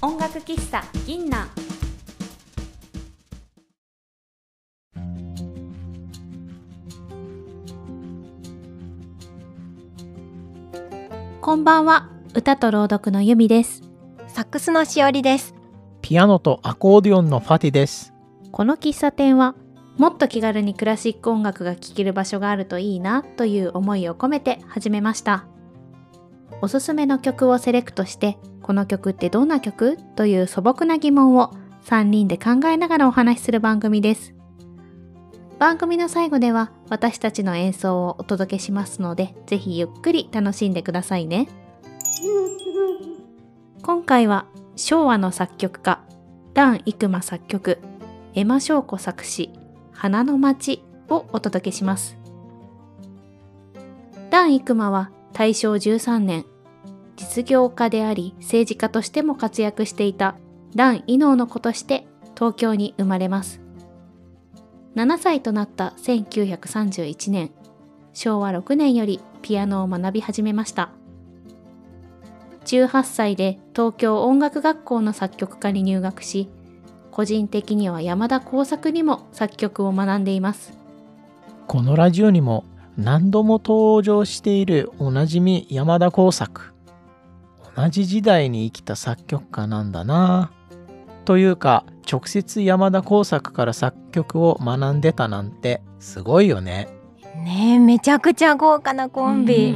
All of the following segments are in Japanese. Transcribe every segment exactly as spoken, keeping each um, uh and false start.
音楽喫茶銀南。こんばんは。歌と朗読のゆみです。 サックスのしおりです。 ピアノとアコーディオンのファティです。 この喫茶店はもっと気軽にクラシック音楽が聴ける場所があるといいなという思いを込めて始めました。おすすめの曲をセレクトして、この曲ってどんな曲という素朴な疑問をさんにんで考えながらお話しする番組です。番組の最後では私たちの演奏をお届けしますので、ぜひゆっくり楽しんでくださいね。今回は昭和の作曲家檀育馬作曲、江間翔子作詞、花の街をお届けします。檀育馬はたいしょうじゅうさんねん、実業家であり政治家としても活躍していた檀伊能の子として東京に生まれます。ななさいとなったせんきゅうひゃくさんじゅういちねん、しょうわろくねんよりピアノを学び始めました。じゅうはっさいで東京音楽学校の作曲科に入学し、個人的には山田耕作にも作曲を学んでいます。 このラジオにも何度も登場しているおなじみ山田耕作。同じ時代に生きた作曲家なんだな。というか、直接山田耕作から作曲を学んでたなんてすごいよね。 ねえ、めちゃくちゃ豪華なコンビ。 うんうんうん。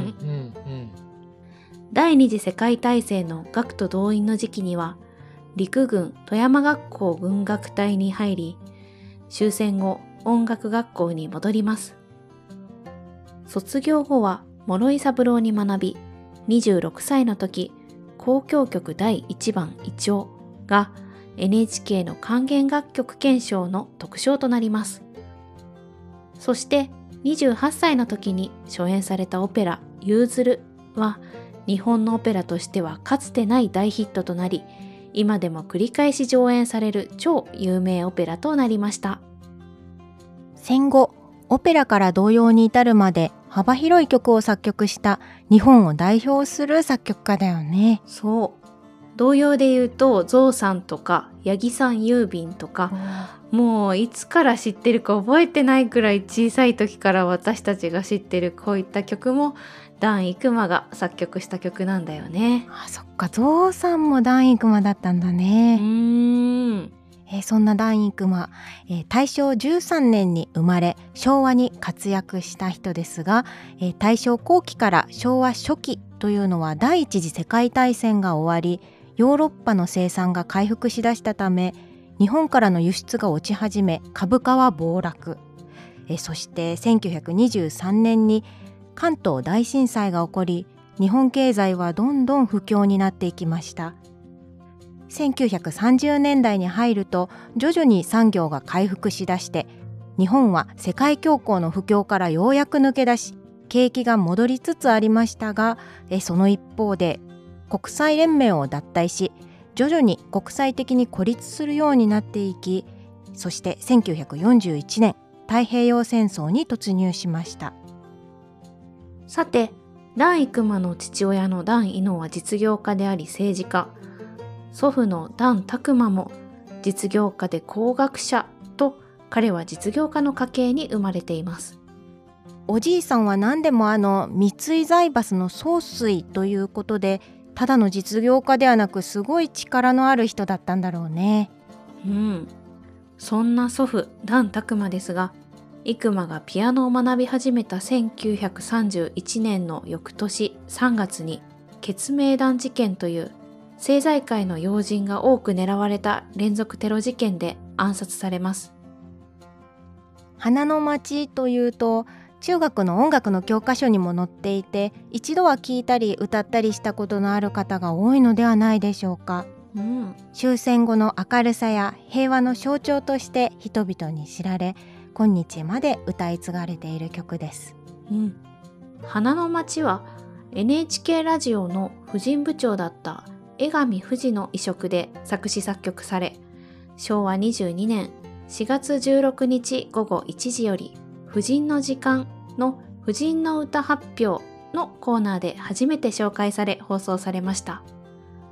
第二次世界大戦の学徒動員の時期には、陸軍富山学校軍楽隊に入り、終戦後音楽学校に戻ります。卒業後は諸井三郎に学び、にじゅうろくさいの時、交響曲だいいちばんイチョウが エヌエイチケー の管弦楽曲顕彰の特賞となります。そしてにじゅうはっさいの時に初演されたオペラゆうづるは、日本のオペラとしてはかつてない大ヒットとなり、今でも繰り返し上演される超有名オペラとなりました。 戦後、オペラから童謡に至るまで幅広い曲を作曲した日本を代表する作曲家だよね。 そう。童謡で言うと、ゾウさんとか八木さん郵便とか、もういつから知ってるか覚えてないくらい小さい時から私たちが知ってるこういった曲も檀育馬が作曲した曲なんだよね。 あ、そっか、ゾウさんも檀育馬だったんだね。 うーん。 えー、そんな檀育馬、えー、たいしょうじゅうさんねんに生まれ、昭和に活躍した人ですが、えー、大正後期から昭和初期というのは第一次世界大戦が終わり、ヨーロッパの生産が回復しだしたため、日本からの輸出が落ち始め、株価は暴落。えー、そしてせんきゅうひゃくにじゅうさんねんに関東大震災が起こり、日本経済はどんどん不況になっていきました。せんきゅうひゃくさんじゅうねんだいに入ると徐々に産業が回復しだして、日本は世界恐慌の不況からようやく抜け出し、景気が戻りつつありましたが、えその一方で国際連盟を脱退し、徐々に国際的に孤立するようになっていき、そしてせんきゅうひゃくよんじゅういちねん太平洋戦争に突入しました。 さて、檀育馬の父親の檀伊能は実業家であり政治家、祖父の檀拓馬も実業家で工学者と、彼は実業家の家系に生まれています。 おじいさんは何でもあの三井財閥の宗水ということで、ただの実業家ではなくすごい力のある人だったんだろうね。 うん。そんな祖父檀拓馬ですが、育馬がピアノを学び始めたせんきゅうひゃくさんじゅういちねんの翌年さんがつに血明弾事件という政財界の要人が多く狙われた連続テロ事件で暗殺されます。 花の街というと中学の音楽の教科書にも載っていて、一度は聴いたり歌ったりしたことのある方が多いのではないでしょうか。 うん、 終戦後の明るさや平和の象徴として人々に知られ、今日まで歌い継がれている曲です。 うん、花の街は エヌエイチケー ラジオの婦人部長だった江上富士の遺職で作詞作曲され、しょうわにじゅうにねんしがつじゅうろくにちごごいちじより婦人の時間の婦人の歌発表のコーナーで初めて紹介され放送されました。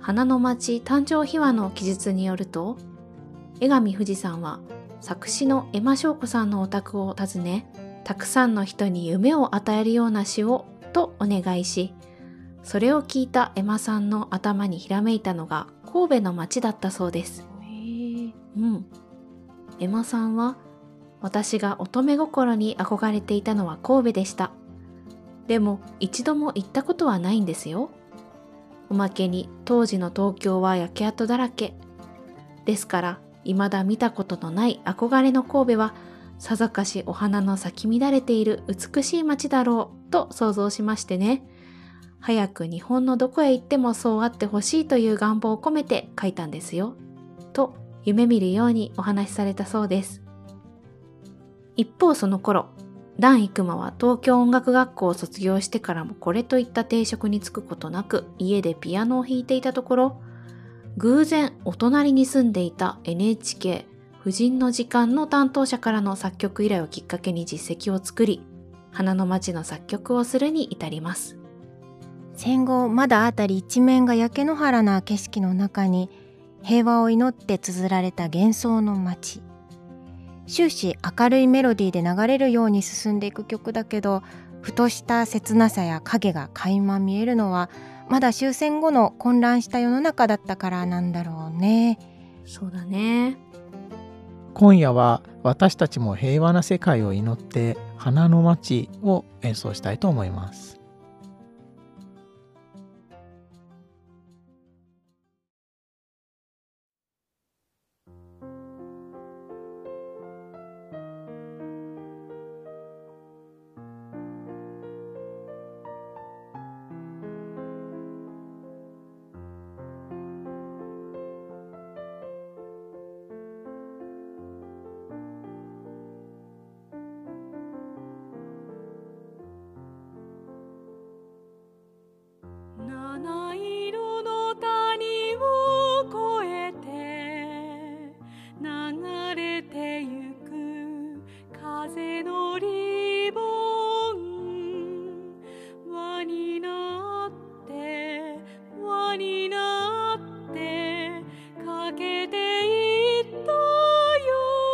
花の町誕生秘話の記述によると、江上富士さんは作詞の江間翔子さんのお宅を訪ね、たくさんの人に夢を与えるような詩をとお願いし、それを聞いた江間さんの頭にひらめいたのが神戸の町だったそうです。へー、うん。江間さんは、私が乙女心に憧れていたのは神戸でした。でも一度も行ったことはないんですよ。おまけに当時の東京は焼け跡だらけ。ですから、未だ見たことのない憧れの神戸は、さぞかしお花の咲き乱れている美しい街だろうと想像しましてね。早く日本のどこへ行ってもそうあってほしいという願望を込めて書いたんですよ。と夢見るようにお話しされたそうです。一方その頃、段生馬は東京音楽学校を卒業してからもこれといった定職に就くことなく家でピアノを弾いていたところ、偶然お隣に住んでいた エヌエイチケー 婦人の時間の担当者からの作曲依頼をきっかけに実績を作り、花の町の作曲をするに至ります。 戦後まだ辺り一面が焼け野原な景色の中に平和を祈って綴られた幻想の街。終始明るいメロディーで流れるように進んでいく曲だけど、ふとした切なさや影が垣間見えるのはまだ終戦後の混乱した世の中だったからなんだろうね。 そうだね。 今夜は私たちも平和な世界を祈って花の街を演奏したいと思います。 七色の谷を越えて流れてゆく風のリボン、輪になって輪になってかけていったよ。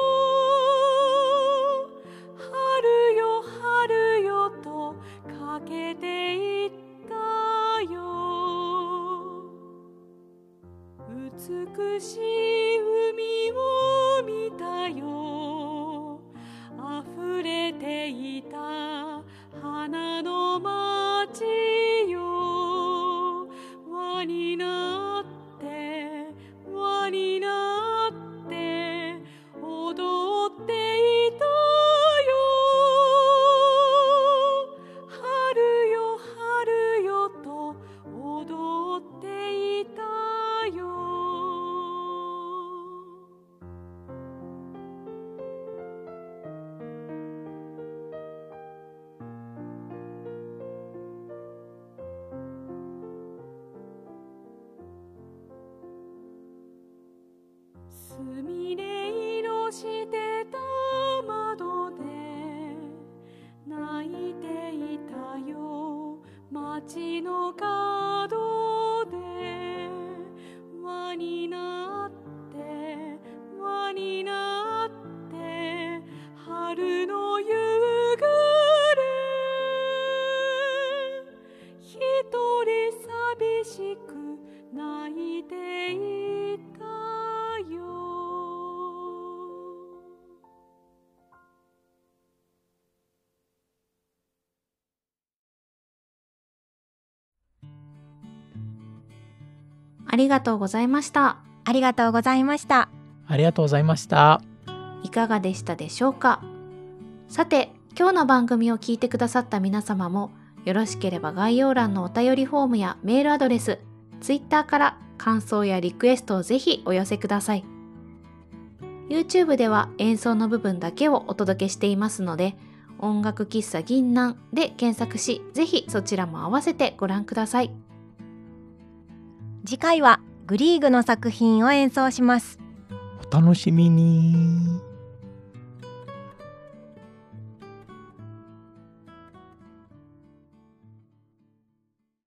春よ春よとかけていったよ。美しい海を見たよ。溢れていた花の街よ。輪になって輪になって踊っていたよ。春よ春よと踊っていたよ。すみれ色してた窓で泣いていたよ。街の角で輪になって輪になって春の夕暮れ、一人寂しく泣いていたよ。 ありがとうございました。 ありがとうございました。 ありがとうございました。 いかがでしたでしょうか。さて、今日の番組を聞いてくださった皆様も、よろしければ概要欄のお便りフォームやメールアドレス、ツイッターから感想やリクエストをぜひお寄せください。YouTube では演奏の部分だけをお届けしていますので、音楽喫茶銀南で検索し、ぜひそちらも合わせてご覧ください。 次回はグリーグの作品を演奏します。 お楽しみに。